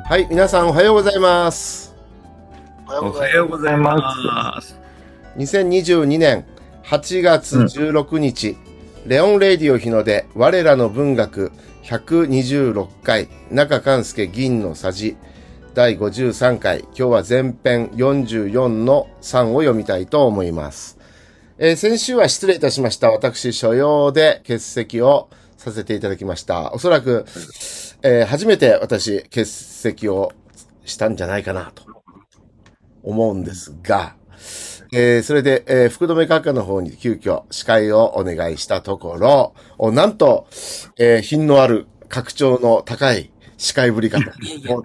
はい、皆さんおはようございます。 おはようございます。 2022年8月16日、レオンレイディオ日の出我らの文学126回中勘介銀のさじ第53回、今日は前編44の3を読みたいと思います。先週は失礼いたしました。私所用で欠席をさせていただきました。おそらく、初めて私欠席をしたんじゃないかなと思うんですが、それで、福留閣下の方に急遽司会をお願いしたところ、なんと、品のある格調の高い司会ぶりかと思って、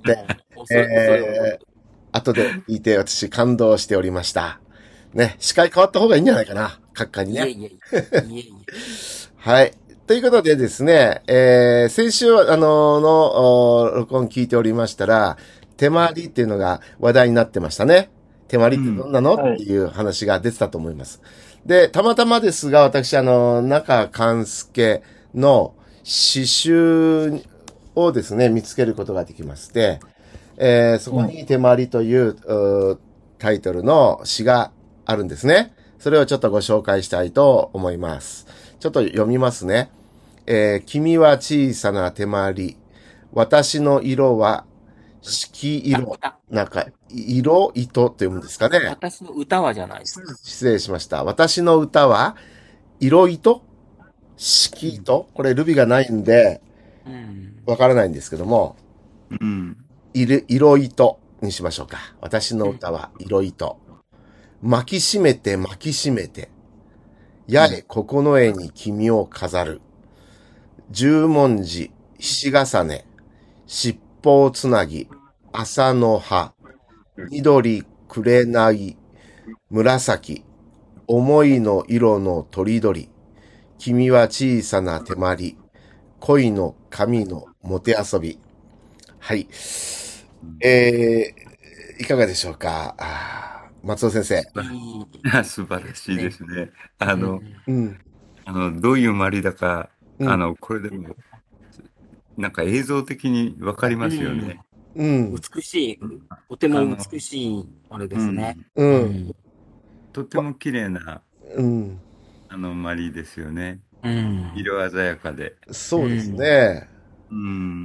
後で聞いて私感動しておりました。ね、司会変わった方がいいんじゃないかな、閣下にね。はい。ということでですね、先週、録音聞いておりましたら、手まりっていうのが話題になってましたね。手まりってどんなの、っていう話が出てたと思います。で、たまたまですが、私、中勘介の詩集をですね、見つけることができまして、そこに手まりというタイトルの詩があるんですね。それをちょっとご紹介したいと思います。ちょっと読みますね。君は小さな手まり。私の色は四季色。なんか、色、糸って読むんですかね。 私の歌はじゃないですか。 失礼しました。私の歌は、色糸四季糸これルビがないんで、わからないんですけども、色糸にしましょうか。私の歌は色糸。巻き締めて巻き締めて。八重九重に君を飾る。十文字、菱重ね、七宝つなぎ、朝の葉、緑、紅、紫、思いの色のとりどり、君は小さな手まり、恋の髪のもてあそび。はい。いかがでしょうか、松尾先生。 素晴らしいですね。 うん。 どういうまりだか、 うん。 これでも、なんか映像的にわかりますよね。 うん。 美しい、とても美しい、あれですね。 うん。 とても綺麗な、 うん。 まりですよね。 うん。 色鮮やかで。 そうですね。 うん。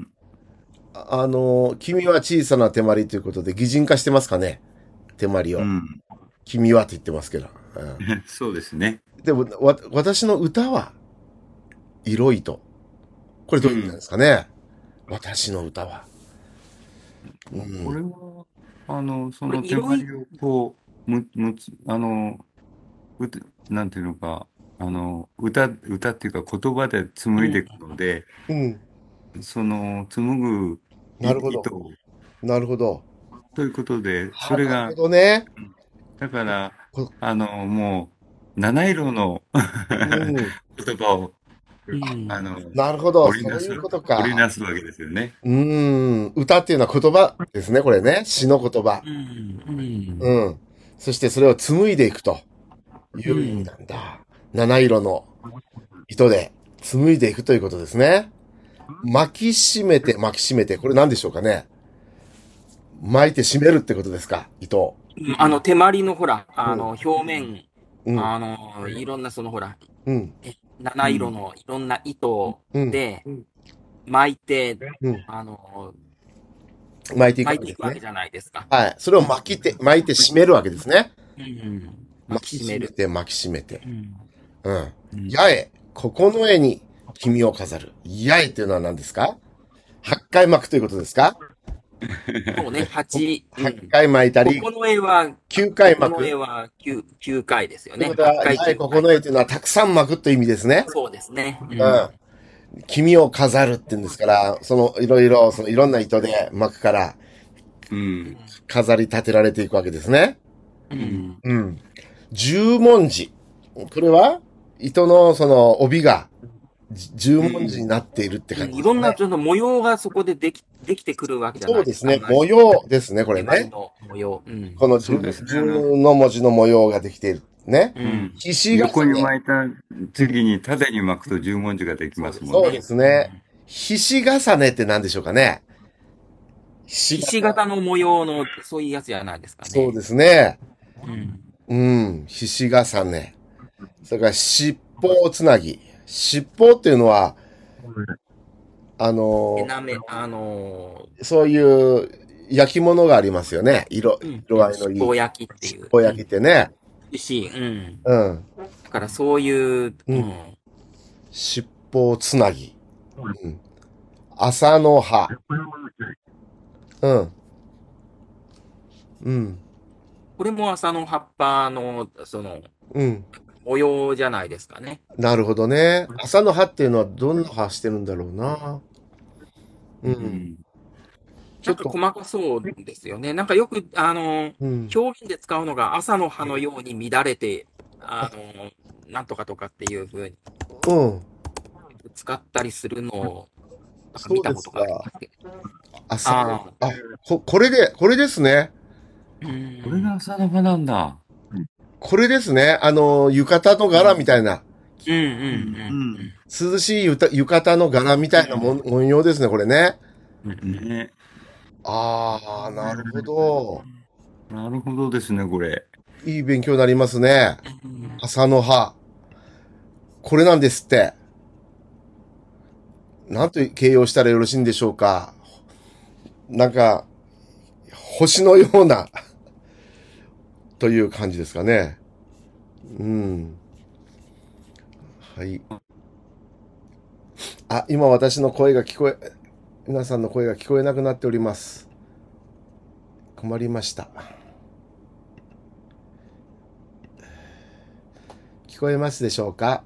君は小さな手まりということで擬人化してますかね、手まりを。 うん。 君はって言ってますけど。 そうですね。 でも、私の歌は、色糸。これどういう意味なんですかね、私の歌は。 これは、その手まりをこう、なんていうのか、歌っていうか言葉で紡いでいくので、その紡ぐなるほど。 糸を、 なるほど。 ということで、それが、 なるほどね。 だから、もう、七色の言葉を、 なるほど。そういうことか。 織りなすわけですよね。 歌っていうのは言葉ですね、これね。詩の言葉。そしてそれを紡いでいくという意味なんだ。七色の糸で紡いでいくということですね。巻き締めて巻き締めて。これ何でしょうかね。巻いて締めるってことですか、糸。 手まりのほら、表面、いろんなそのほら、七色のいろんな糸で巻いて、 巻いていくわけじゃないですか。 はい。それを巻いて締めるわけですね。 巻き締める。 巻き締めて。八重、九重に君を飾る。八重っていうのは何ですか？ 8 回巻くということですか？ そうね、8 回巻いたり。 九重は 9回巻く。 九重は 9回ですよね。 ということは、八重九重というのはたくさん巻くという意味ですね。 そうですね。 君を飾るって言うんですから、いろんな糸で巻くから、飾り立てられていくわけですね。十文字。これは糸の帯が十文字になっているって感じですね。 いろんな模様がそこでできてくるわけじゃないですか。 そうですね。模様ですね、これね。 模様。 この十の文字の模様ができている。ね。 横に巻いた次に縦に巻くと十文字ができますもんね。 そうですね。菱重ねって何でしょうかね。 ひし形の模様の、そういうやつじゃないですかね。 そうですね。 うん。 ひし重ね。それから尻尾つなぎ。尻尾っていうのは、そういう焼き物がありますよね。色合いのいい。 尻尾焼きっていう。 尻尾焼きってね。 美しい。うん。だからそういう、 尻尾つなぎ。麻の葉。 これも麻の葉っぱの、模様じゃないですかね。 なるほどね。麻の葉っていうのはどんな葉してるんだろうな。 ちょっと細かそうですよね。なんかよく、表現で使うのが朝の葉のように乱れて、なんとかとかっていうふうに、使ったりするのを、なんか見たことがありますけど。 これですね。 これが朝の葉なんだ。 これですね。浴衣の柄みたいな。涼しい浴衣の柄みたいな文様ですね、これね。ああ、なるほど。 なるほどですね、これ。 いい勉強になりますね。朝の葉。これなんですって。なんと形容したらよろしいんでしょうか。なんか、星のようなという感じですかね。はい。今私の声が皆さんの声が聞こえなくなっております。困りました。聞こえますでしょうか？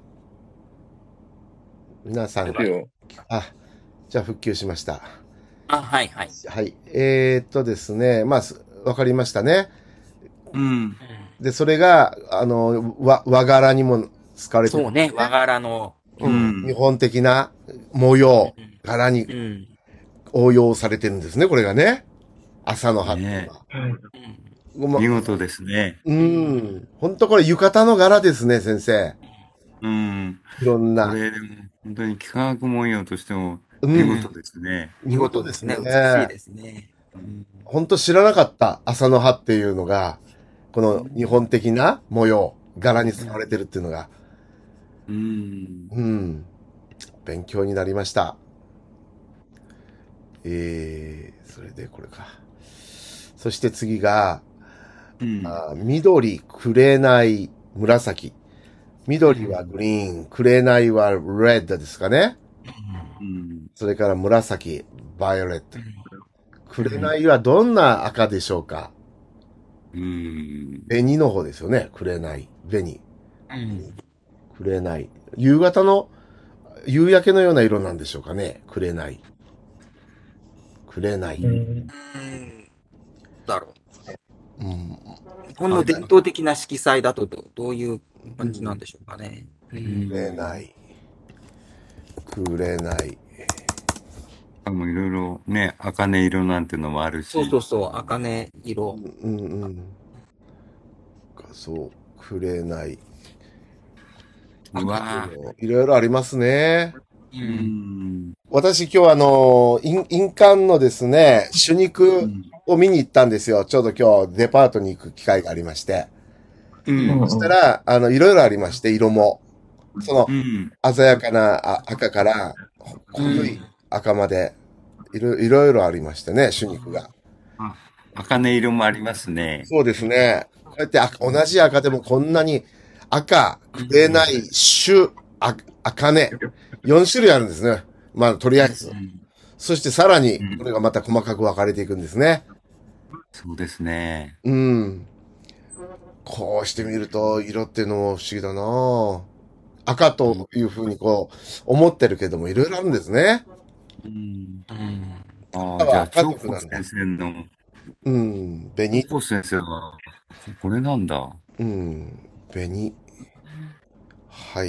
皆さん。じゃあ復旧しました。 はい。 はい。ですね。わかりましたね。で、それが、和柄にも使われてる、そうね、和柄の。 日本的な模様、柄に応用されてるんですね、これがね。朝の葉っていうのは。 見事ですね。 本当これ浴衣の柄ですね、先生。いろんな。 これでも、本当に幾何学模様としても見事ですね。 見事ですね。美しいですね。 本当知らなかった、朝の葉っていうのが、この日本的な模様、柄に使われてるっていうのが。勉強になりました。それでこれか。そして次が、緑、紅、紫。緑はグリーン、紅はレッドですかね。それから紫、バイオレット。紅はどんな赤でしょうか？紅の方ですよね。紅。紅。紅。夕方の夕焼けのような色なんでしょうかね。紅。 だろう。日本の伝統的な色彩だとどういう感じなんでしょうかね。 紅。 もういろいろね、茜色なんてのもあるし。 そう、茜色。 そう、紅。 うわいろいろありますね。私今日印鑑のですね、手肉を見に行ったんですよ。ちょうど今日デパートに行く機会がありまして。そしたら、いろいろありまして、色も。鮮やかな赤から濃い赤まで、いろいろありましてね、手肉が。 茜色もありますね。 そうですね。こうやって同じ赤でもこんなに赤、紅、茜、4種類あるんですね。とりあえず。そしてさらに、これがまた細かく分かれていくんですね。 そうですね。 こうしてみると、色っていうのも不思議だな赤というふうに思ってるけども、いろいろあるんですね。 じゃあ、長子先生の。 紅。 長子先生は、これなんだ。 紅。はい。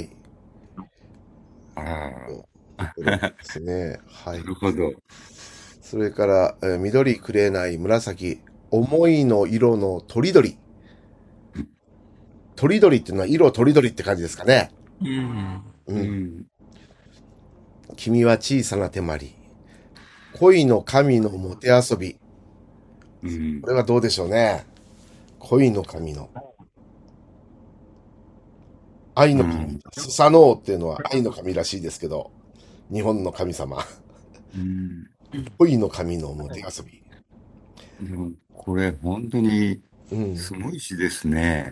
ですね。はい。 なるほど。 それから、緑、紅、紫、思いの色のとりどり。とりどりっていうのは色とりどりって感じですかね。君は小さな手まり。恋の神のもてあそび。 これはどうでしょうね。恋の神の。愛の神。スサノオっていうのは愛の神らしいですけど、日本の神様。恋の神のもてあそび。 でもこれ本当にすごい詩ですね。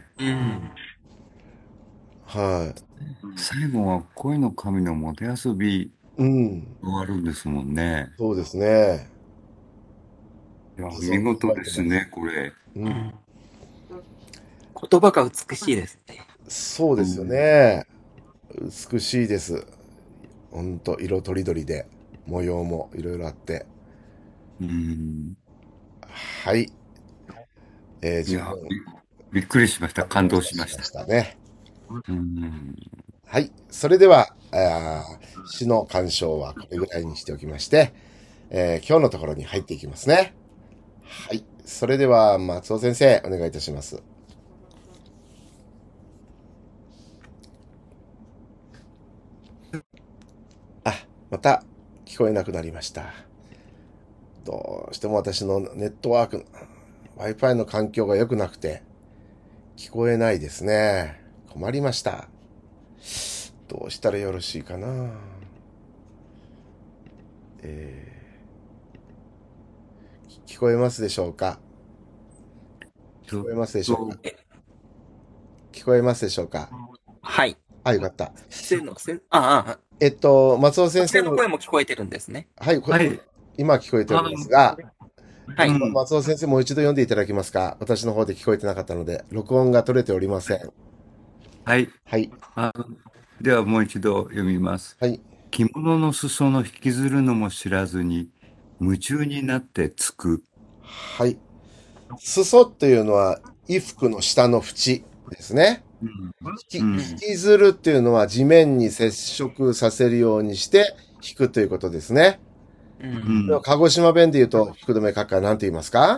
はい。 最後は恋の神のもてあそび終わるんですもんね。 そうですね。 いや、見事ですね、これ。 言葉が美しいですね。 そうですよね。美しいです。ほんと、色とりどりで、模様もいろいろあって。はい。 いや、びっくりしました。感動しました。 ね。はい。それでは、詩の鑑賞はこれぐらいにしておきまして、今日のところに入っていきますね。はい。それでは、松尾先生、お願いいたします。また聞こえなくなりました。どうしても私のネットワーク、Wi-Fi の環境が良くなくて、聞こえないですね。困りました。どうしたらよろしいかな。聞こえますでしょうか。聞こえますでしょうか。聞こえますでしょうか。 はい。 よかった。松尾先生の声も聞こえてるんですね。 はい、今聞こえておりますが、松尾先生もう一度読んでいただけますか。私の方で聞こえてなかったので、録音が取れておりません。 はい。ではもう一度読みます。着物の裾の引きずるのも知らずに、夢中になってつく。 はい。裾っていうのは、衣服の下の縁ですね。引きずるっていうのは地面に接触させるようにして引くということですね。鹿児島弁で言うと、引く止め閣下なんて言いますか？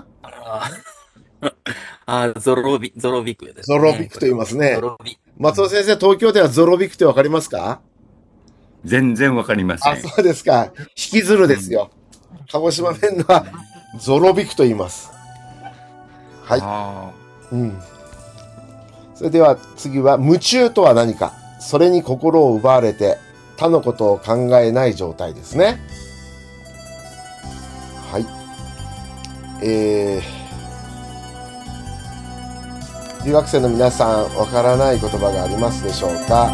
ゾロビクですね。 ゾロビクと言いますね。松尾先生、東京ではゾロビクってわかりますか？ 全然わかりません。 そうですか。引きずるですよ。鹿児島弁はゾロビクと言います。はい。それでは次は、夢中とは何か。それに心を奪われて、他のことを考えない状態ですね。はい。留学生の皆さん、わからない言葉がありますでしょうか？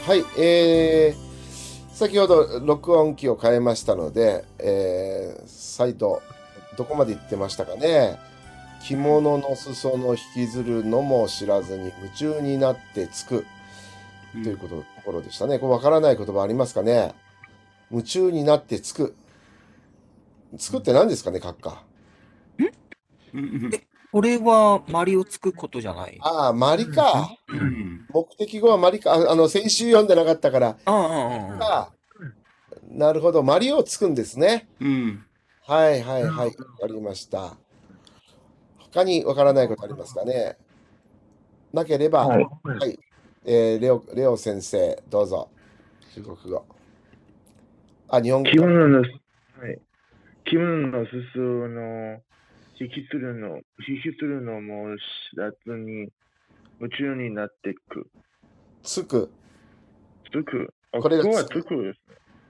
はい、先ほど録音機を変えましたので、再度、どこまで言ってましたかね。着物の裾の引きずるのも知らずに夢中になってつくというところでしたね。これわからない言葉ありますかね。夢中になってつく。つくって何ですかね、閣下。 これは、マリをつくことじゃない。 ああ、マリか。目的語はマリか。先週読んでなかったから。なるほど。マリをつくんですね。はいはいはい。わかりました。他にわからないことありますかね。なければ、はい。レオ先生、どうぞ。中国語。日本語。 着物の裾の引きずるのも知らずに夢中になっていく。 つく。 これがつくです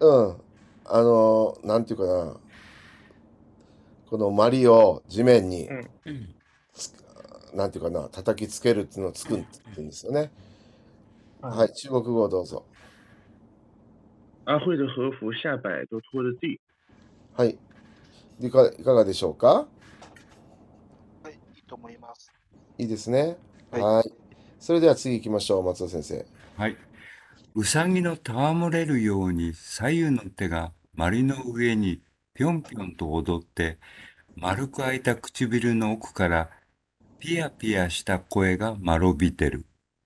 ね。なんていうかな。このマリを地面に、なんていうかな、叩きつけるっていうのをつくんって言うんですよね。はい、中国語どうぞ。 阿慧的和服下摆都拖着地。 はい。いかがでしょうか。 はい、いいと思います。 いいですね。はい。それでは次行きましょう、松尾先生。 はい。うさぎの戯れるように左右の手が丸の上にぴょんぴょんと踊って、丸く開いた唇の奥からピヤピヤした声がまろびてる。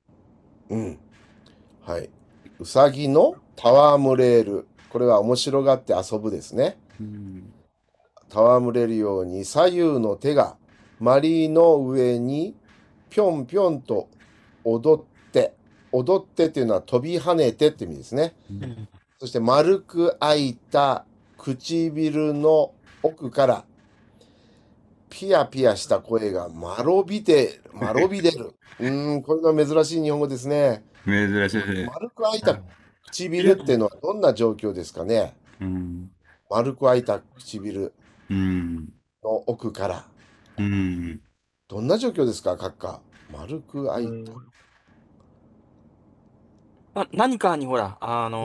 はい。うさぎの戯れる。これは面白がって遊ぶですね。戯れるように左右の手が丸の上にぴょんぴょんと踊ってっていうのは飛び跳ねてって意味ですね。そして丸く開いた唇の奥からピヤピヤした声がまろび出る。これが珍しい日本語ですね。 珍しいね。 丸く開いた唇っていうのはどんな状況ですかね。丸く開いた唇の奥から。どんな状況ですか、閣下。丸く開いた。何かにほら、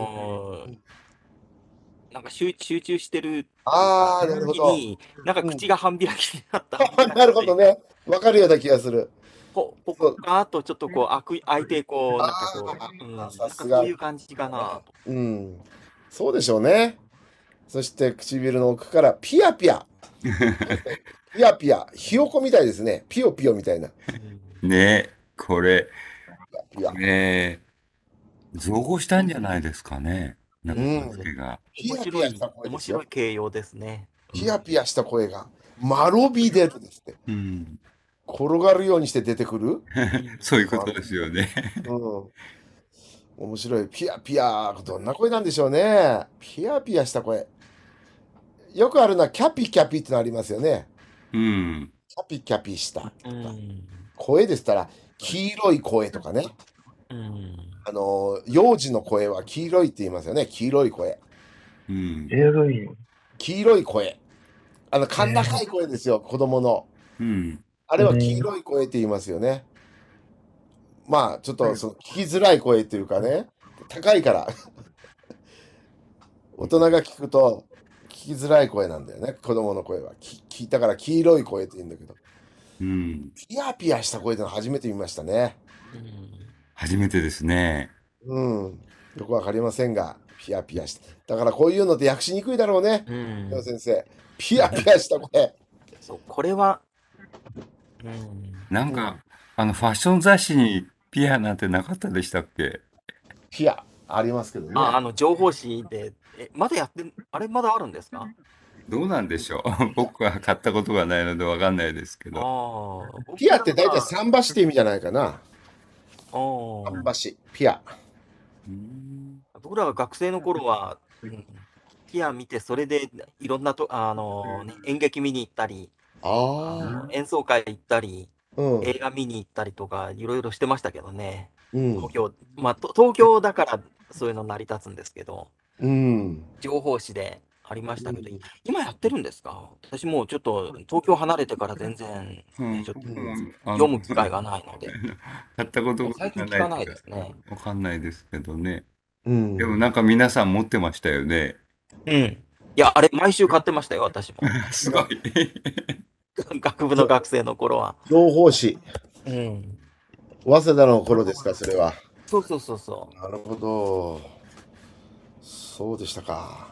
なんか集中してる時に、なんか口が半開きになった。 なるほどね。わかるような気がする。 ポカーっとちょっとこう開いてこう、なんかこう、さすがそういう感じかなと。 そうでしょうね。そして唇の奥からピヤピヤ。ピヤピヤ。ひよこみたいですね。ピヨピヨみたいな。 ね、これ、造語したんじゃないですかね。面白い形容ですね。 ピヤピヤした声が、まろび出るですね。転がるようにして出てくるそういうことですよね。 面白い。ピヤピヤ。どんな声なんでしょうね。ピヤピヤした声。よくあるのはキャピキャピってのありますよね。キャピキャピした。声でしたら、黄色い声とかね。幼児の声は黄色いって言いますよね。黄色い声。黄色い声。甲高い声ですよ、子供の。あれは黄色い声って言いますよね。まあ、ちょっと聞きづらい声っていうかね、高いから。大人が聞くと聞きづらい声なんだよね、子供の声は。聞いたから黄色い声って言うんだけど。ピヤピヤした声ってのは初めて見ましたね。 初めてですね。 よくわかりませんが、ピヤピヤした。だからこういうのって訳しにくいだろうね。先生。ピヤピヤした声。 そう、これは、 なんか、ファッション雑誌にピアなんてなかったでしたっけ？ ピア、ありますけどね。 情報誌で、まだやってあれまだあるんですか？ どうなんでしょう。僕は買ったことがないのでわかんないですけど。 ピアって大体桟橋って意味じゃないかな。桟橋、ピア。 僕らが学生の頃は、ピア見て、それでいろんな演劇見に行ったり、演奏会行ったり、映画見に行ったりとか、いろいろしてましたけどね。東京だからそういうの成り立つんですけど、情報誌でありましたけど、今やってるんですか？私もうちょっと東京離れてから全然、ちょっと読む機会がないので。 買ったことが最近聞かないですね。 わかんないですけどね。 でもなんか皆さん持ってましたよね。 うん。いや、あれ、毎週買ってましたよ、私も。 すごい。 学部の学生の頃は。 情報誌。 うん。 早稲田の頃ですか、それは。 そうそうそうそなるほど。そうでしたか。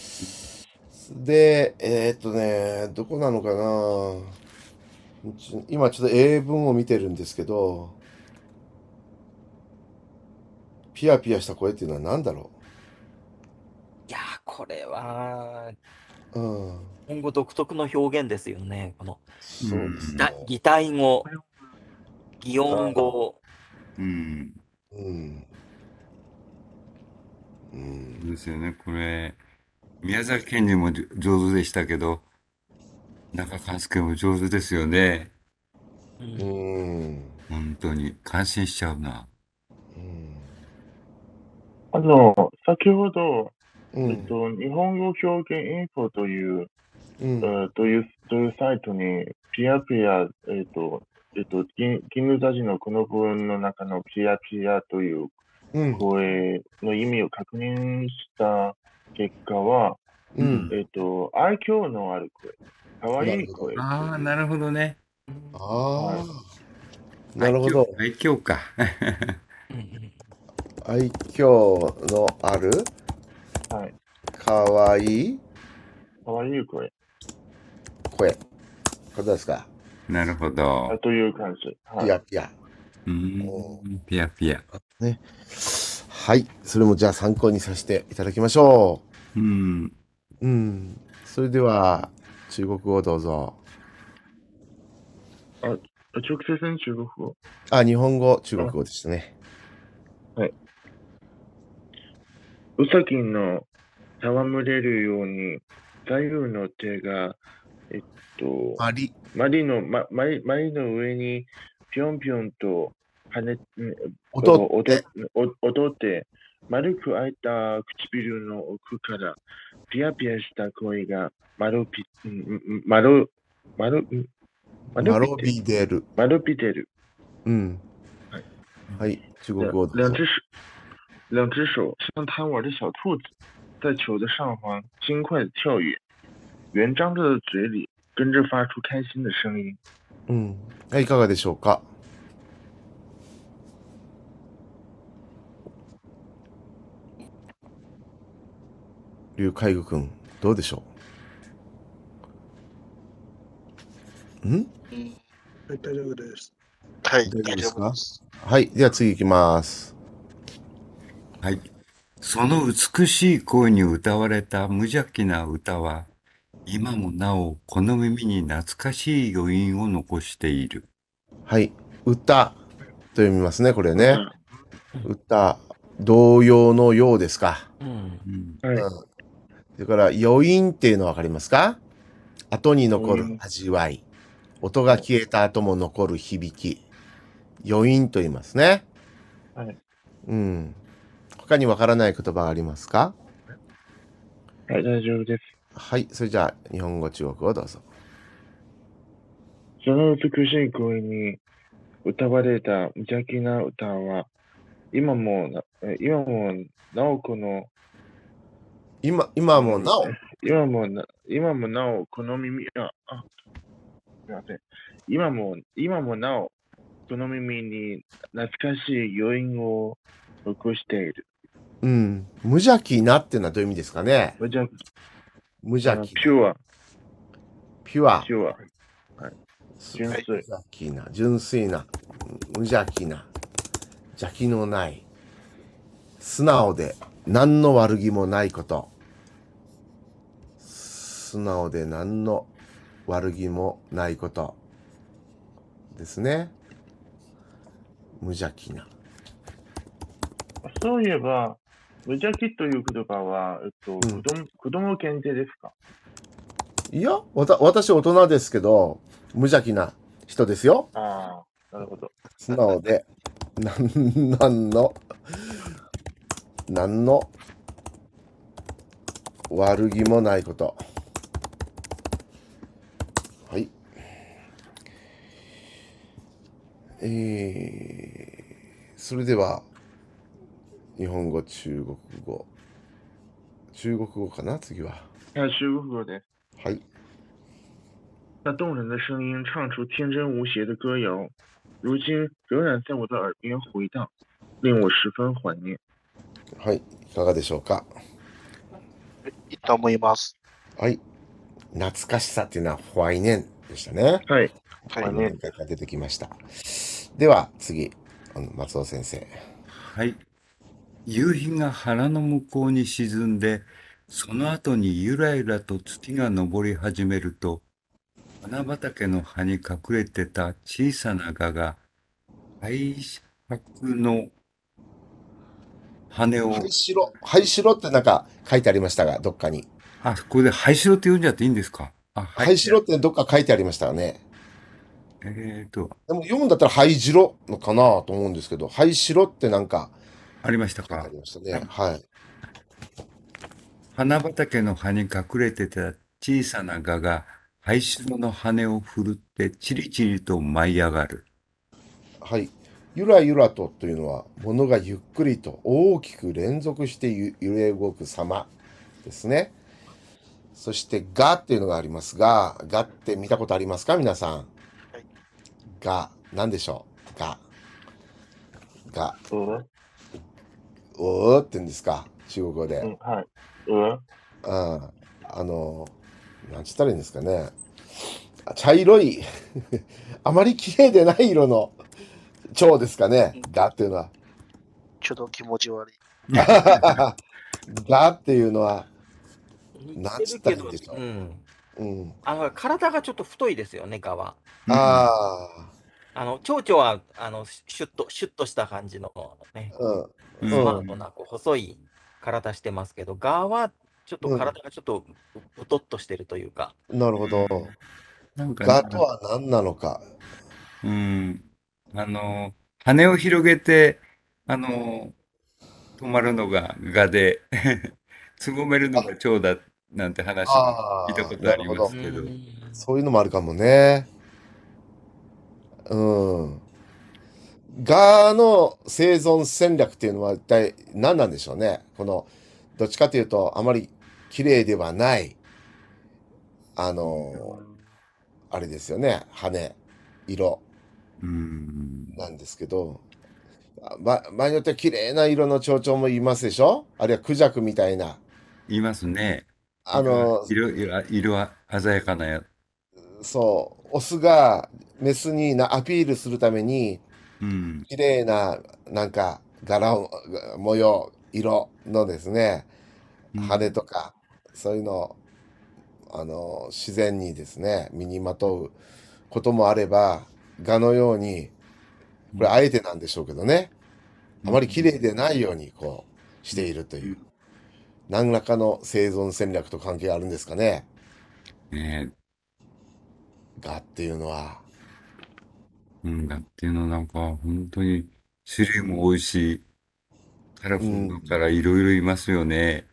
で、どこなのかな。今ちょっと英文を見てるんですけど、ピヤピヤした声っていうのは何だろう。いやー、これは、 う。うん。 今後独特の表現ですよね。この、 そうですうんね。 擬態語、擬音語。 うん。 うん。うそん。 うですよね。これ、宮崎県にも上手でしたけど、中勘介も上手ですよね。 う。 うんん。 本当に。感心しちゃうな。 先ほど、 うん。 日本語表現インフォという、 うん。 というサイトに、ピヤピヤ、絹座字のこの文の中のピヤピヤといううん。 声の意味を確認した結果は、 うん。 愛嬌のある声、かわいい声とああ、 いう。 なるほどね。 あはい。 あ、なるほど。 愛嬌か。 うん愛嬌のある、 はい。 かわいいかわいい声。 声。ことですか。 なるほど。 という感じ。はい。 ピヤピヤ。 ピヤピヤ。 ね。はい。それもじゃあ参考にさせていただきましょうん。 う。うん。それでは、中国語をどうぞ。 直接に中国語。 あ、日本語、中国語でしたね。 はい。うさぎの戯れるように、左右の手が、 マリ。 マリの上にぴょんぴょんと跳ね、 踊って踊って、丸く開いた唇の奥からピヤピヤした声が丸ぴ、丸、丸、 マロビデル。 丸ぴてる。 うん。 はい。 はい。中国語をどうぞ。 两只手像贪玩的小兔子，在球的上方轻快的跳跃，圆张着的嘴里跟着发出开心的声音。 うん。はい、いかがでしょうか。劉海愚くん、どうでしょう。ん？ はい、大丈夫です。 大丈夫ですか？はい。では次行きます。 はい。その美しい声に歌われた無邪気な歌は、今もなおこの耳に懐かしい余韻を残している。 はい。歌と読みますね、これね。歌、童謡のようですか。 はい。 それから余韻っていうのわかりますか？後に残る味わい。音が消えた後も残る響き。余韻と言いますね。 はい。 うん。他にわからない言葉がありますか？ はい、大丈夫です。 はい。それじゃあ、日本語、中国語をどうぞ。 その美しい声に歌われた無邪気な歌は、今もなおこの、 今もなお、 今もなおこの耳、すみません。今もなおこの耳に懐かしい余韻を残している。 うん。無邪気なっていうのはどういう意味ですかね？ 無邪無邪気。 ピュア。 ピュア。 ピュア。はい。純粋。 無邪気な、純粋な、無邪気な、邪気のない、素直で何の悪気もないこと。素直で何の悪気もないことですね。無邪気な。 そういえば、無邪気という言葉は、子供限定ですか？ いや、私大人ですけど、無邪気な人ですよ。 ああ、なるほど。 素直で、何の悪気もないこと。はい。それでは、 日本語、中国語。中国語かな次は。 中国語です。 はい。 那动人的声音唱出天真无邪的歌谣，如今仍然在我的耳边回荡，令我十分怀念。 はい。いかがでしょうか。 いいと思います。 はい。懐かしさっていうのは怀念でしたね。 はい。 はい何回か出てきました。では次、松尾先生。 はい。夕日が腹の向こうに沈んで、その後にゆらゆらと月が昇り始めると、花畑の葉に隠れてた小さな蛾が、灰白の羽を。 灰白ってなんか書いてありましたが、どっかに。 あ、これで灰白って読んじゃっていいんですか？ 灰白ってどっか書いてありましたよね。 でも読むんだったら灰白のかなと思うんですけど、灰白ってなんかありましたか？ ありましたね。はい。 花畑の葉に隠れてた小さな蛾が灰白の羽を振るってチリチリと舞い上がる。 はい。ゆらゆらとというのは、ものがゆっくりと大きく連続して揺れ動く様ですね。そして、がっていうのがありますが、がって見たことありますか皆さん。が、なんでしょうが。おーって言うんですか中国語で。 はい。 なんつったらいいんですかね。茶色い、あまり綺麗でない色の蝶ですかね。がっていうのは。 ちょっと気持ち悪い。 がっていうのは、なんつったらいいんでしょう。 体がちょっと太いですよね、蛾は。蝶々は、シュッとした感じのね、スマートな、細い体してますけど、蛾は、ちょっと体がちょっとぶとっとしてるというか。 なるほど。蛾とは何なのか。 羽を広げて、止まるのが蛾で、つごめるのが蝶だなんて話聞いたことありますけど。 そういうのもあるかもね。蛾の生存戦略っていうのは一体何なんでしょうね。どっちかというとあまり綺麗ではない、あれですよね。羽、色なんですけど、場合によっては綺麗な色の蝶々もいますでしょ？あるいはクジャクみたいな。 いますね。色鮮やかなや。 そう、オスがメスにアピールするために、綺麗な、なんか、柄を、模様、色のですね、羽とか、そういうのを、自然にですね、身にまとうこともあれば、蛾のように、これあえてなんでしょうけどね、あまり綺麗でないように、しているという、何らかの生存戦略と関係あるんですかね。蛾っていうのは。 蛾っていうのはなんか本当に種類も多いし、カラフルだからいろいろいますよね。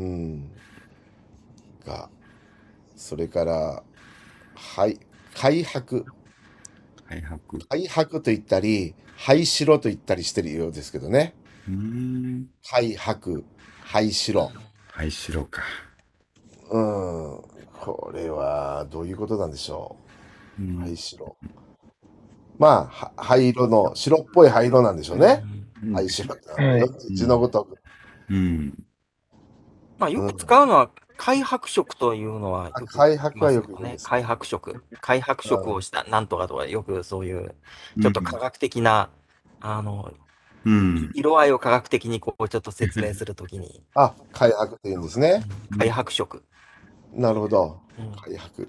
蛾。それから、灰白。灰白と言ったり、灰白と言ったりしてるようですけどね。灰白、灰白。 灰白か。 これはどういうことなんでしょう。灰白。まあ、灰色の、白っぽい灰色なんでしょうね。灰白って字のごとく。 まあ、よく使うのは、灰白色というのは、 灰白はよくね。灰白色をしたなんとかとか、よくそういう、ちょっと科学的な、色合いを科学的にちょっと説明するときに。 灰白って言うんですね。 灰白色。 なるほど。灰白。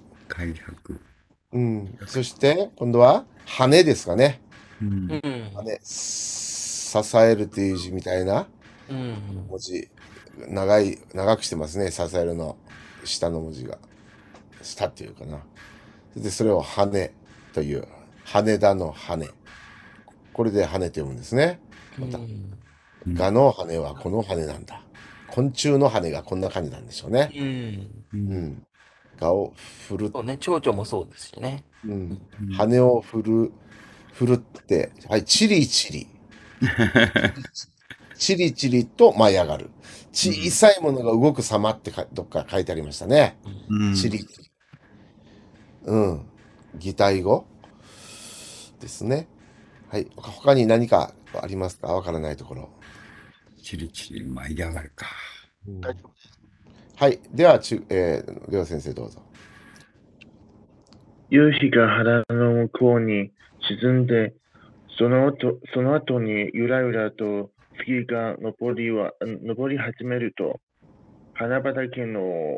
そして、今度は、羽ですかね。羽。支えるという字みたいな文字。長くしてますね。支えるの下の文字が。下っていうかな。で、それを羽という。羽田の羽。これで羽と読むんですね。また。蛾の羽はこの羽なんだ。昆虫の羽がこんな感じなんでしょうね。蛾を振る。 そうね、蝶々もそうですしね。 羽を振るって、はい、チリチリ。 チリチリと舞い上がる。小さいものが動く様ってどっか書いてありましたね。チリチリ。擬態語ですね。はい。他に何かありますか？わからないところ。 チリチリ舞い上がるか。 大丈夫です。 はい。では、りょう先生どうぞ。 夕日が腹の向こうに沈んで、その後にゆらゆらと月が昇り始めると、花畑の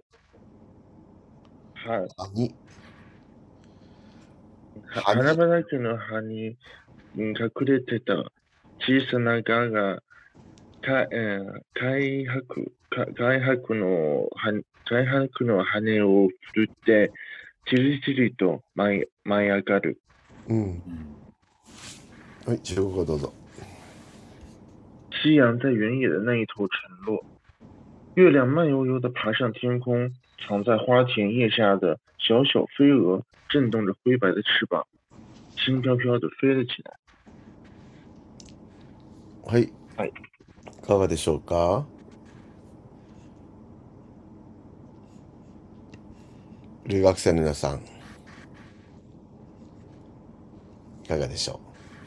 葉に隠れてた小さな蛾が開白の羽を振って、チリチリと舞い上がる。 はい、中国語どうぞ。 夕阳在原野的那一头沉落，月亮慢悠悠地爬上天空，藏在花田叶下的小小飞蛾震动着灰白的翅膀，轻飘飘地飞了起来。 はい。はい。いかがでしょうか？留学生の皆さん、いかがでしょ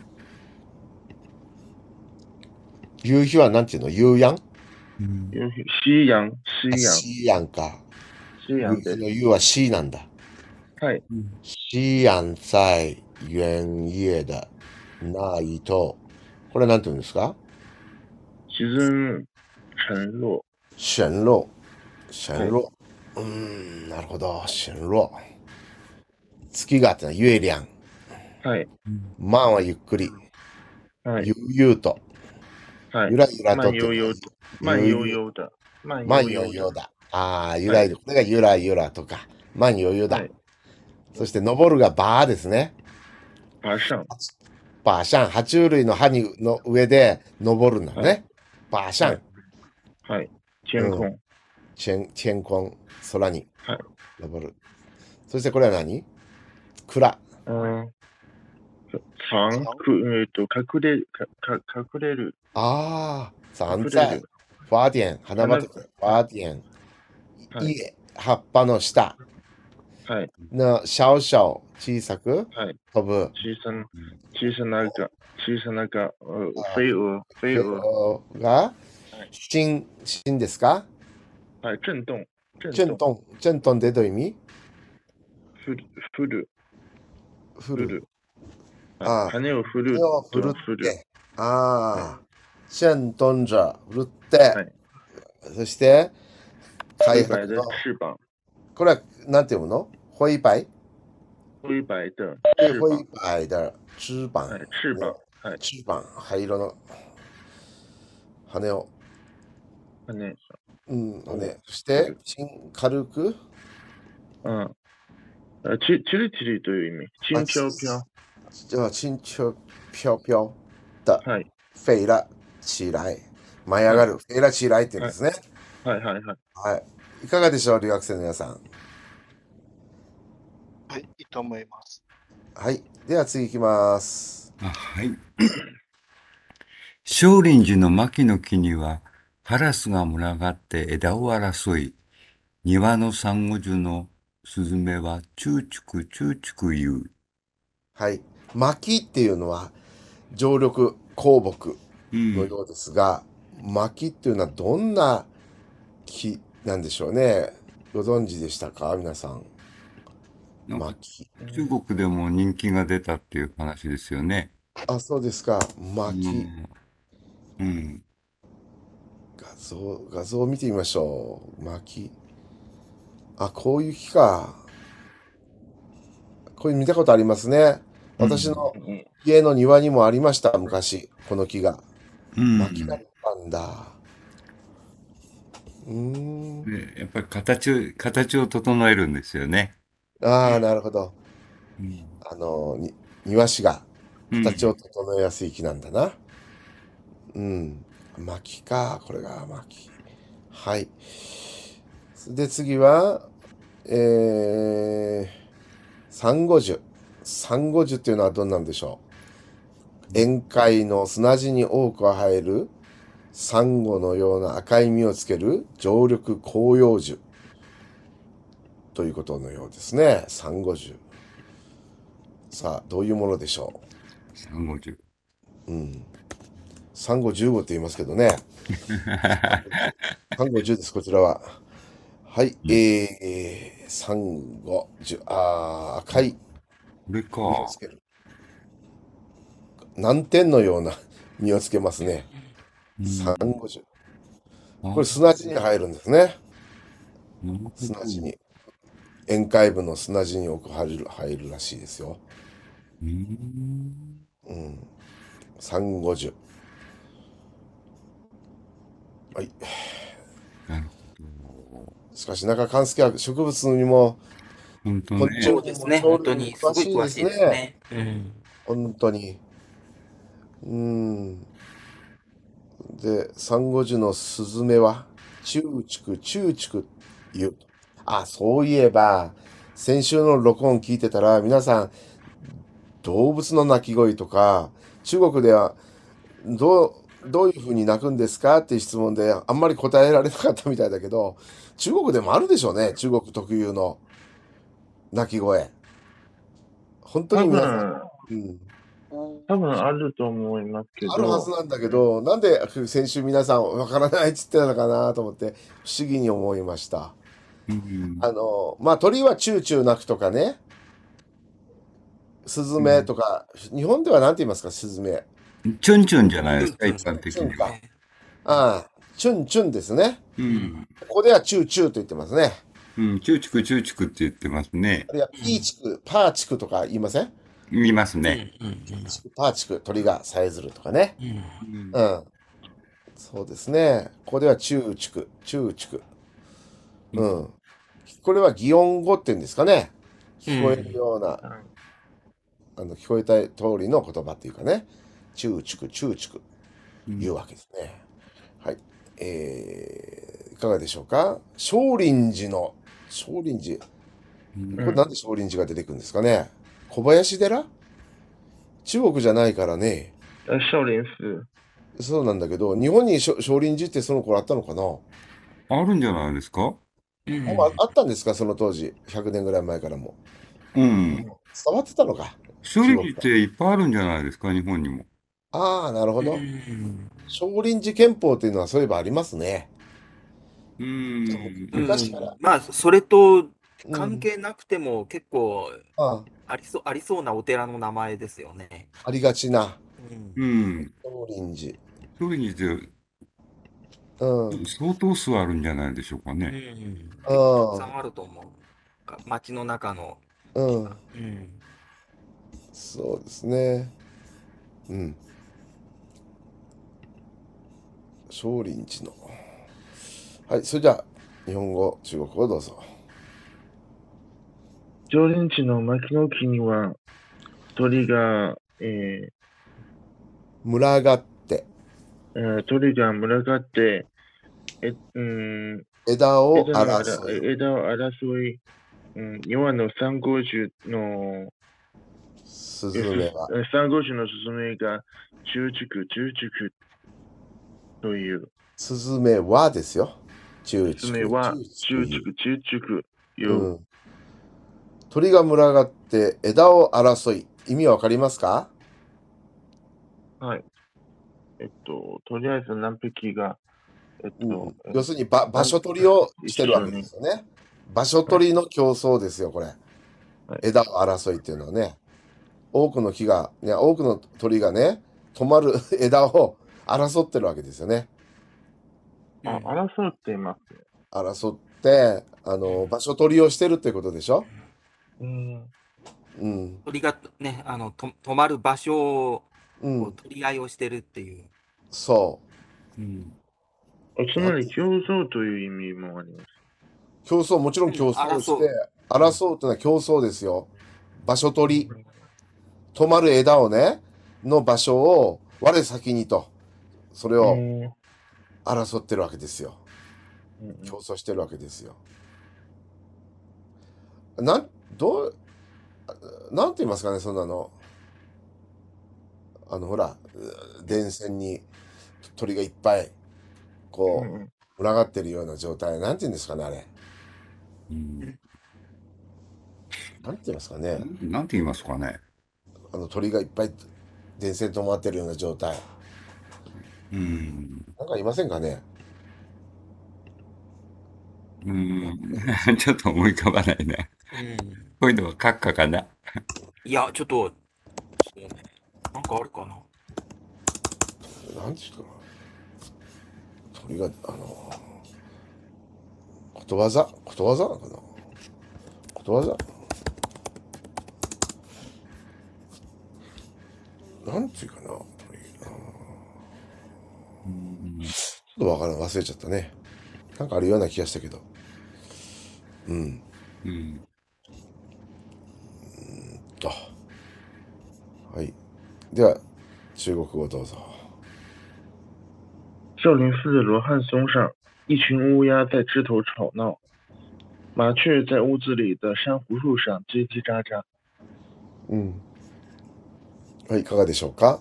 う？夕日はなんていうの？夕陽？ 夕陽。 夕陽か。 夕陽です。 夕は夕なんだ。 はい。 夕陽在原野的那一頭。これなんていうんですか？ 沈落。 なるほど。沈落。月があってのは月亮。 はい。 慢はゆっくり。 はい。 悠々と。 はい。 ゆらゆらと。 慢悠悠的。 慢悠悠だ。ゆらゆら。これがゆらゆらとか。慢悠悠だ。そして、登るがバーですね。 バシャン。 爬虫類の葉の上で登るんだね。バシャン。 はい。天空。 天空。空に。 はい。 登る。そしてこれは何？蔵。 隠れる。 山菜。花店。花畑。花店。家。葉っぱの下。 はい。 小さく飛ぶ。 小さな飛蛾が振ですか？ はい、震動でどういう意味？ 振る。羽を振る。 震動着、振るって。そして、 灰白的翅膀。 これは何て読むの？灰白的翅膀。翅膀。灰色の羽を。羽。そして、軽く。 チリチリという意味。轻飘飘。 轻飘飘的。飛了起来。舞い上がる。飛了起来って言うんですね。 はい。 いかがでしょう、留学生の皆さん。 はい、いいと思います。 はい。では次行きます。 はい。少林寺の牧の木には、カラスが群がって枝を争い、庭のサンゴ樹のスズメはチューチュク言う。 はい。薪っていうのは常緑香木のようですが、薪っていうのはどんな木なんでしょうね。ご存知でしたか、皆さん。薪。 中国でも人気が出たっていう話ですよね。 そうですか。薪。画像を見てみましょう。薪。こういう木か。これ見たことありますね。私の家の庭にもありました、昔。この木が。薪だったんだ。 やっぱり形を整えるんですよね。 なるほど。庭師が形を整えやすい木なんだな。薪か。これが薪。はい。で、次は、サンゴ樹。サンゴ樹っていうのはどんなんでしょう？宴会の砂地に多く生えるサンゴのような赤い実をつける常緑広葉樹ということのようですね。サンゴ樹。さあ、どういうものでしょサンゴ樹。 う。サンゴ15って言いますけどね。サンゴ10です、こちらは。はい、サンゴ10、赤いこれか。 実をつける。南天のような実をつけますね。サンゴ樹。これ砂地に入るんですね。砂地に。沿海部の砂地に多く入るらしいですよ。サンゴ樹。はい。 なるしかし、中勘介は植物にも、 本当ね。 そうですね。本当にすごい詳しいですね。 本当に。で、サンゴ樹のスズメは、チューチク言う。そういえば、先週の録音聞いてたら、皆さん、動物の鳴き声とか、中国では、どういうふうに鳴くんですかっていう質問で、あんまり答えられなかったみたいだけど、中国でもあるでしょうね。中国特有の鳴き声。本当に皆さん、 多分あると思いますけど。 あるはずなんだけど、なんで先週皆さんわからないっつってたのかなと思って不思議に思いました。鳥はチューチュー鳴くとかね、スズメとか、日本ではなんて言いますか、スズメ。 チュンチュンじゃないですか、一般的には。 チュンチュンですね。ここではチューチューと言ってますね。 チューチクチューチクって言ってますね。 あるいはピーチク、パーチクとか言いません？ 言いますね。 パーチク、鳥がさえずるとかね。そうですね。ここではチューチク、チューチク。これは擬音語って言うんですかね。聞こえるような、聞こえた通りの言葉っていうかね。チューチク、チューチク。いうわけですね。はい。いかがでしょうか？少林寺。これなんで少林寺が出てくるんですかね？小林寺？中国じゃないからね。 少林寺。 そうなんだけど、日本に少林寺ってその頃あったのかな？ あるんじゃないですか？ あったんですか、その当時。100年ぐらい前からも。 伝わってたのか。 少林寺っていっぱいあるんじゃないですか、日本にも。 なるほど。少林寺拳法っていうのはそういえばありますね。昔から。 それと関係なくても結構ありそうなお寺の名前ですよね。 ありがちな。 少林寺。少林寺って相当数あるんじゃないでしょうかね。 たくさんあると思う。街の中の。 そうですね。少林寺の。はい、それじゃあ、日本語、中国語どうぞ。 少林寺の牧の木には、鳥が、 群がって、 鳥が群がって、 枝を争い、弱のサンゴ樹のスズメは、 サンゴ樹のスズメがチューチクという。 スズメはですよ。チューチク。 スズメはチューチクいう。 鳥が群がって枝を争い。意味はわかりますか？ はい。とりあえず何匹が、 要するに場所取りをしてるわけですよね。場所取りの競争ですよ、これ。枝を争いっていうのはね。多くの鳥がね、止まる枝を争ってるわけですよね。 争っています。 争って、場所取りをしてるってことでしょ？ 鳥がね、止まる場所を取り合いをしてるっていう。 そう。 つまり競争という意味もあります。 競争、もちろん競争して、争うというのは競争ですよ。場所取り。止まる枝をね、の場所を我先にと、それを争ってるわけですよ。競争してるわけですよ。なんて言いますかね、そんなの。ほら、電線に鳥がいっぱいこう、群がってるような状態。なんて言うんですかね、あれ。なんて言いますかね。 なんて言いますかね。 鳥がいっぱい電線止まってるような状態。なんかいませんかね。 ちょっと思い浮かばないね。こういうのは閣下かな。 いや、ちょっと、そうね。なんかあるかな。 なんて言うかな。鳥が、ことわざなのかな。ことわざなんていうかな。ちょっとわからん。忘れちゃったね。なんかあるような気がしたけど。はい。では、中国語どうぞ。 少林寺罗汉松上，一群乌鸦在枝头吵闹，麻雀在屋子里的珊瑚树上叽叽喳喳。 はい、いかがでしょうか。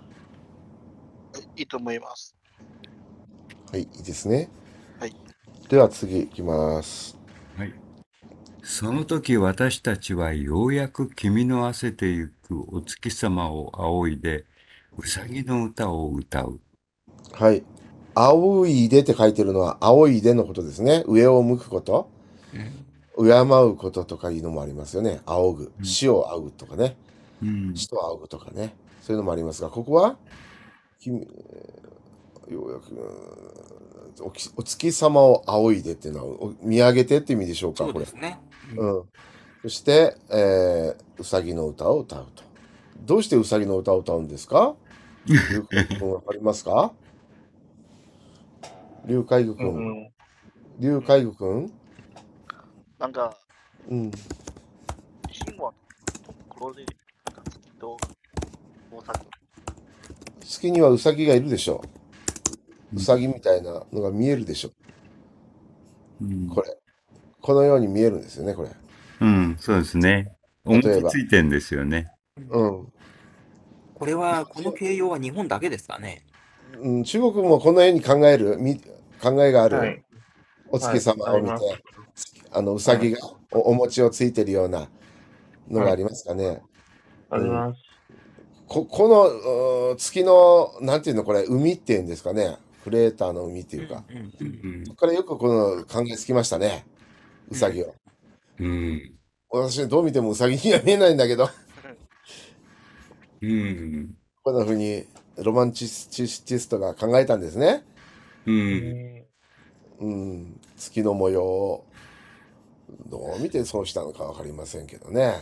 いいと思います。 はい、いいですね。 はい。 では次いきます。 はい。その時私たちはようやく君の汗てゆくお月様を仰いで、うさぎの歌を歌う。 はい。仰いでって書いてるのは、仰いでのことですね。上を向くこと。敬うこととかいうのもありますよね。仰ぐ。死を仰ぐとかね。死と仰ぐとかね。そういうのもありますが、ここは、ようやく、お月様を仰いでっていうのは、見上げてって意味でしょうか、 そうですね。 そして、うさぎの歌を歌うと。どうしてうさぎの歌を歌うんですか？龍海愚くんわかりますか？龍海愚くん。龍海愚くん？ なんか、 うん。 神話のところで、なんか月と大阪。 月にはうさぎがいるでしょう。うさぎみたいなのが見えるでしょう。これ。このように見えるんですよね、これ。 そうですね。 例えばついてんですよね。 これは、この形容は日本だけですかね。 中国もこのように考えがある。 はい。 お月様を見て、うさぎがお餅をついてるようなのがありますかね。 あります。 この月の、なんていうの、これ、海っていうんですかね。クレーターの海っていうか。そこからよくこの考えつきましたね。うさぎを。私どう見てもうさぎには見えないんだけど。こんな風にロマンチストが考えたんですね。月の模様をどう見てそうしたのかわかりませんけどね。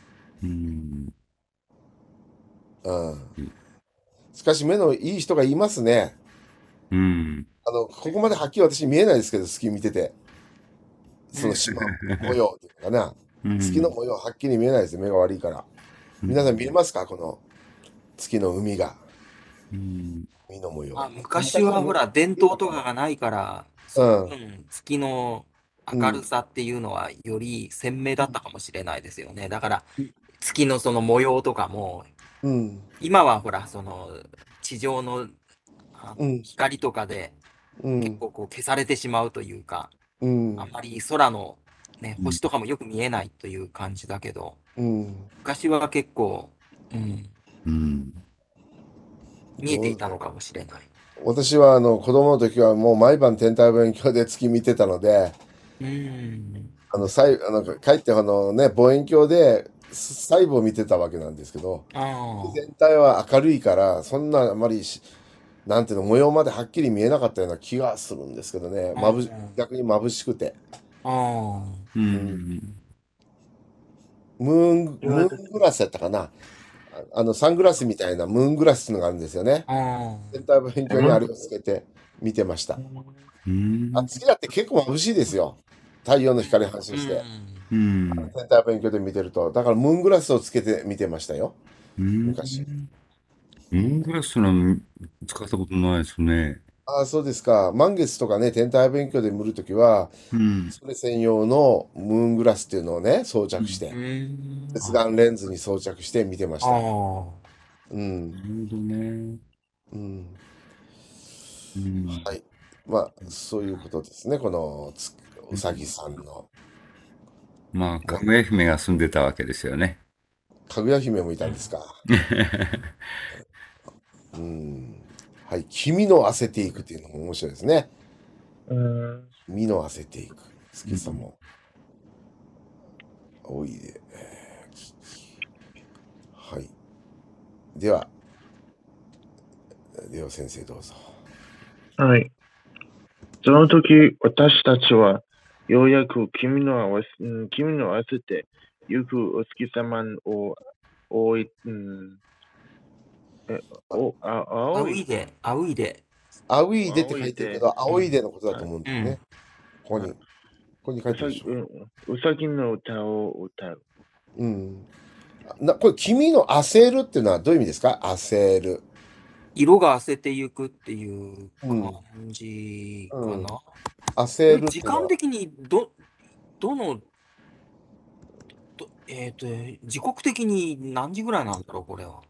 しかし目のいい人がいますね。ここまではっきり私見えないですけど、月見てて。その島模様っていうかな。月の模様はっきり見えないですよ。目が悪いから。皆さん見えますか？この月の海が。海の模様。 昔はほら、電灯とかがないから、月の明るさっていうのはより鮮明だったかもしれないですよね。だから、月のその模様とかも、今はほら、その地上の光とかで結構こう消されてしまうというか、あんまり空の、ね、星とかもよく見えないという感じだけど、昔は結構、見えていたのかもしれない。 私は子供の時はもう毎晩天体望遠鏡で月見てたので、帰って望遠鏡で細部を見てたわけなんですけど、全体は明るいから、そんなあまりなんていうの、模様まではっきり見えなかったような気がするんですけどね。逆に眩しくて。ムーングラスやったかな。サングラスみたいなムーングラスっていうのがあるんですよね。天体望遠鏡にあれをつけて見てました。月だって結構眩しいですよ。太陽の光反射して。天体望遠鏡で見てると。だからムーングラスをつけて見てましたよ。昔。 ムーングラスの使ったことないですね。 そうですか。満月とかね、天体望遠鏡で見るときは、それ専用のムーングラスっていうのをね、装着して、接眼レンズに装着して見てました。 なるほどね。 はい。 まあ、そういうことですね。このうさぎさんの。 まあ、かぐや姫が住んでたわけですよね。 かぐや姫もいたんですか。はい。君の汗ていくっていうのも面白いですね。君の汗ていく。月さも。おいで。はい。では、レオ先生どうぞ。 はい。その時、私たちは、ようやく君の合わせてゆくお月様を仰い、 あういで。 あういでって書いてるけど、あおいでのことだと思うんですね。ここに書いてるでしょ。 うさぎの歌を歌う。 これ、君の焦るっていうのはどういう意味ですか？焦る。 色が焦ってゆくっていう感じかな。 焦る。 時間的にどの、時刻的に何時ぐらいなんだろう、これは。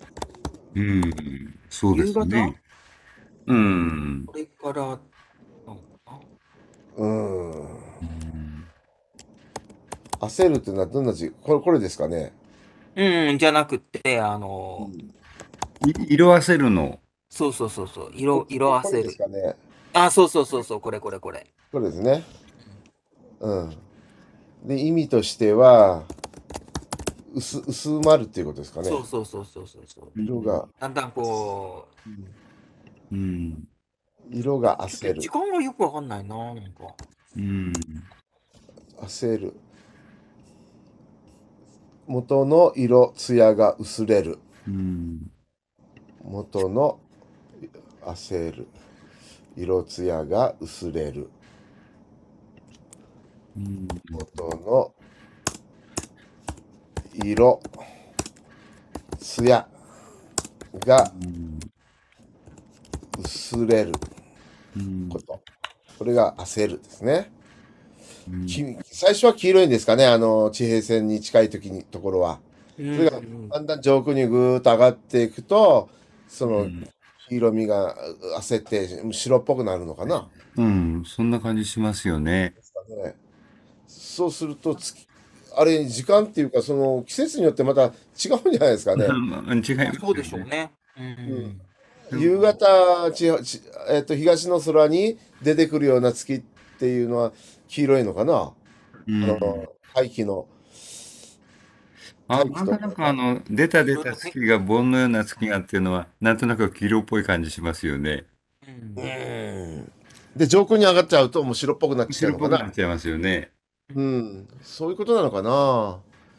そうですね。 これから、 焦るっていうのはどんな字？これですかね。 じゃなくて、 色あせるの。 そう。色あせる。 ですかね。 そう、これ。 これですね。で、意味としては、薄まるっていうことですかね。 そう。 色が。 だんだんこう、 色が焦る。 時間はよくわかんないな、なんか。 焦る。元の色、艶が薄れる。元の焦る。色艶が薄れる。元の色、艶が薄れること。これが焦るですね。最初は黄色いんですかね、地平線に近いところは。それがだんだん上空にぐーっと上がっていくと、その黄色みが焦って白っぽくなるのかな。 そんな感じしますよね。 そうするとあれ時間っていうかその季節によってまた違うんじゃないですかね。 違いますよね。 そうでしょうね。 夕方東の空に出てくるような月っていうのは黄色いのかな。大気の。 なんとなく出た月が盆のような月がっていうのは、なんとなく黄色っぽい感じしますよね。 で、上空に上がっちゃうともう白っぽくなっちゃうのかな。 白っぽくなっちゃいますよね。 そういうことなのかな。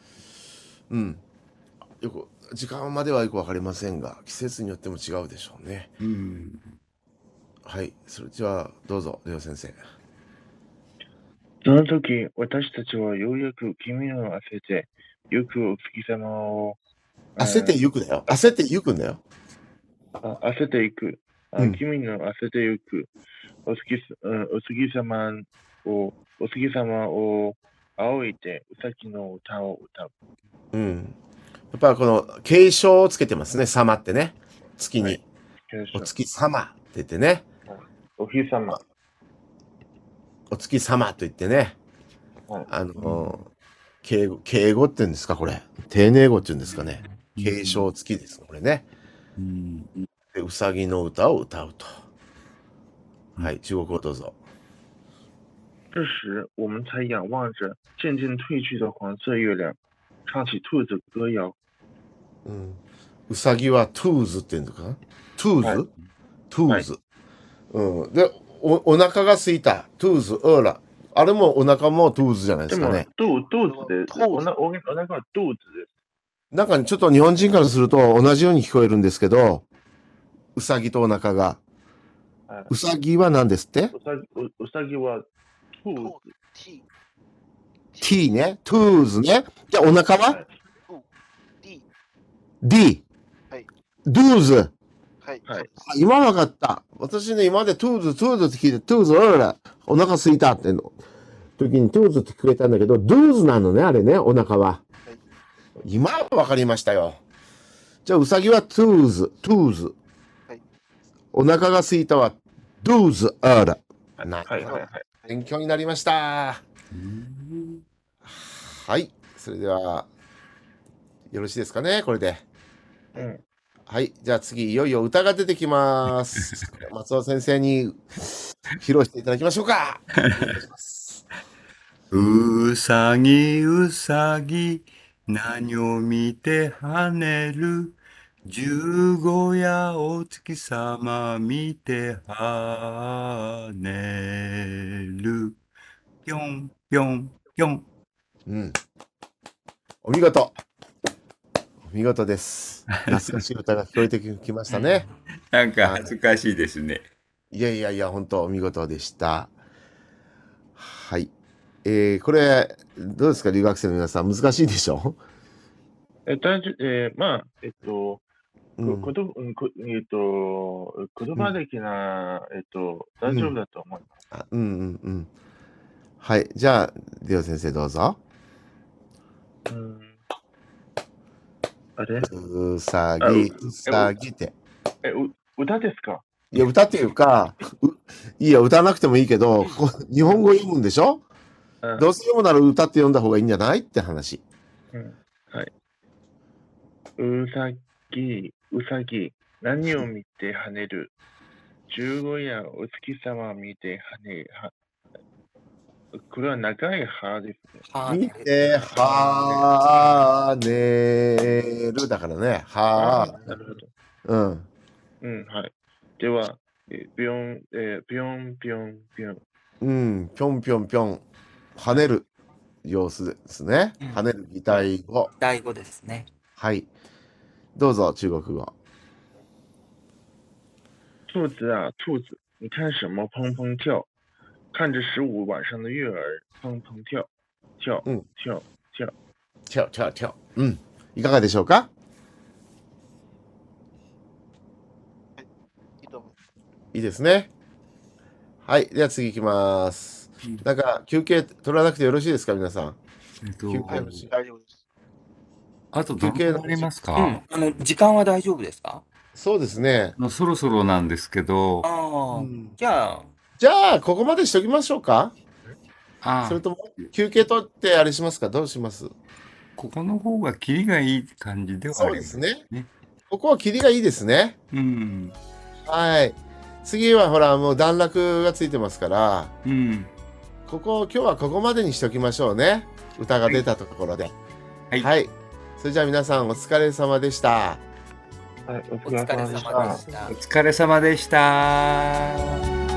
よく、時間まではよくわかりませんが、季節によっても違うでしょうね。はい、それじゃあ、どうぞ、レオ先生。 その時、私たちはようやく君の焦ってゆくお月様を。 焦ってゆくだよ。焦ってゆくんだよ。 焦っていく。君の焦ってゆくお月様を仰いでうさぎの歌を歌う。 やっぱこの継承をつけてますね、様ってね。月に。お月様って言ってね。 お日様。 お月様と言ってね。敬語って言うんですか、これ。丁寧語って言うんですかね。継承付きです、これね。で、うさぎの歌を歌うと。はい、中国語どうぞ。 这时，我们才仰望着渐渐褪去的黄色月亮，唱起兔子歌谣。 うさぎはトゥーズって言うんですか？トゥーズ？トゥーズ。で、お腹が空いた。トゥーズ、あれもお腹もトゥーズじゃないですかね。 肚子です。お腹は肚子です。 なんかちょっと日本人からすると同じように聞こえるんですけど、うさぎとお腹が。うさぎは何ですって？ うさぎはトゥーズ。 T ね。トゥーズね。じゃあお腹は？D。ドゥーズ。今わかった。私ね、今までトゥーズって聞いて、トゥーズ、お腹すいたっての時にトゥーズって聞こえたんだけど、ドゥーズなのね、あれね、お腹は。今はわかりましたよ。じゃあ、うさぎはトゥーズ。お腹がすいたは 12 Euro。 はいはいはい。 勉強になりました。はい。それでは、よろしいですかね、これで。はい。じゃあ次、いよいよ歌が出てきます。松尾先生に披露していただきましょうか。 うさぎうさぎ何を見て跳ねる、十五夜お月様見て跳ねる、ぴょんぴょんぴょん。 お見事。お見事です。懐かしい歌が聞こえてきましたね。 なんか恥ずかしいですね。 いやいやいや、本当お見事でした。はい。これ、どうですか、留学生の皆さん、難しいでしょ？ まあ、言葉的な、大丈夫だと思います。 はい。じゃあ、レオ先生どうぞ。 あれ？ うさぎ、うさぎって。 歌ですか？ いや、歌っていうか、いいや、歌わなくてもいいけど、日本語読むんでしょ？どうせ読むなら歌って読んだ方がいいんじゃないって話。 はい。うさぎ、何を見て跳ねる？十五夜お月様見て跳ねる。これは長い歯ですね。 見て跳ねるだからね。 なるほど。はい。では、ぴょんぴょんぴょん。 ぴょんぴょんぴょん。跳ねる様子ですね。跳ねる擬態語。 擬態語ですね。 はい。どうぞ、中国語。 兔子啊，兔子，你看什么砰砰跳？看着15晚上的月儿砰砰跳，跳跳跳跳跳跳。いかがでしょうか？いいですね。はい。では次行きます。なんか休憩取らなくてよろしいですか、皆さん。 休憩大丈夫です。 あとどのくらいありますか？ 時間は大丈夫ですか？ そうですね。 そろそろなんですけど。 じゃあ、ここまでしときましょうか？それとも、休憩取ってあれしますか？どうします？ ここの方がキリがいい感じではありますね。 そうですね。ここはキリがいいですね。はい。次はほら、もう段落がついてますから、今日はここまでにしときましょうね。歌が出たところで。はい。それじゃあ皆さんお疲れ様でした。 はい、お疲れ様でした。 お疲れ様でした。